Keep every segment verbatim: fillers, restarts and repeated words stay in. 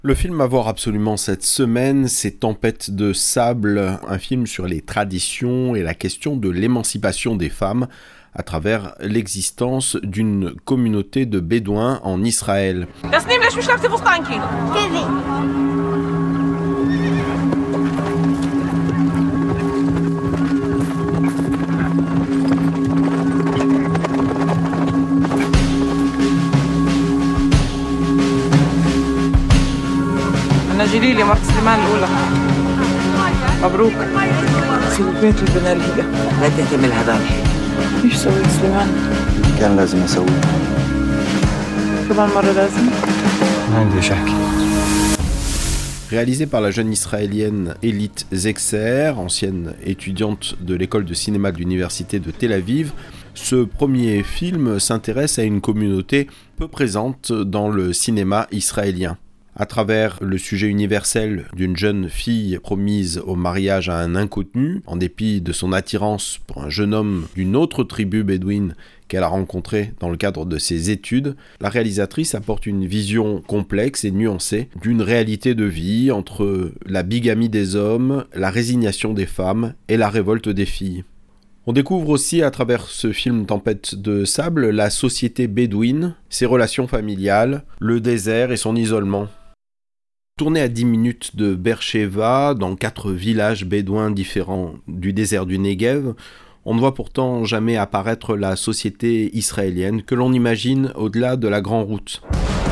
Le film à voir absolument cette semaine, c'est Tempête de sable, un film sur les traditions et la question de l'émancipation des femmes à travers l'existence d'une communauté de Bédouins en Israël. أنا جليلي مرت سليمان الأولى مبروك في البيت البناء الهدى لا تهتم لهذا الحين إيش سويت سليمان؟ كان لازم أسويه كمان مرة لازم ما عندي إيش أحكي. Réalisé par la jeune israélienne Elite Zekser, ancienne étudiante de l'école de cinéma de l'université de Tel Aviv, ce premier film s'intéresse à une communauté peu présente dans le cinéma israélien. À travers le sujet universel d'une jeune fille promise au mariage à un inconnu, en dépit de son attirance pour un jeune homme d'une autre tribu bédouine qu'elle a rencontré dans le cadre de ses études, la réalisatrice apporte une vision complexe et nuancée d'une réalité de vie entre la bigamie des hommes, la résignation des femmes et la révolte des filles. On découvre aussi à travers ce film Tempête de sable la société bédouine, ses relations familiales, le désert et son isolement. Tourné à dix minutes de Beersheva, dans quatre villages bédouins différents du désert du Negev, on ne voit pourtant jamais apparaître la société israélienne que l'on imagine au-delà de la Grande Route.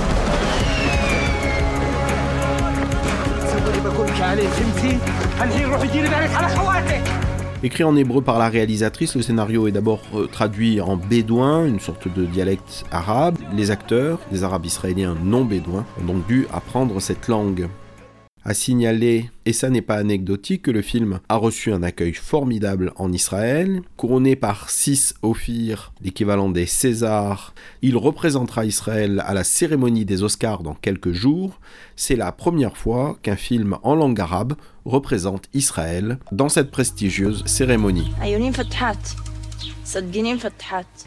Écrit en hébreu par la réalisatrice, le scénario est d'abord traduit en bédouin, une sorte de dialecte arabe. Les acteurs, des arabes israéliens non bédouins, ont donc dû apprendre cette langue. À signaler, et ça n'est pas anecdotique, que le film a reçu un accueil formidable en Israël. Couronné par six Ophir, l'équivalent des Césars, il représentera Israël à la cérémonie des Oscars dans quelques jours. C'est la première fois qu'un film en langue arabe représente Israël dans cette prestigieuse cérémonie.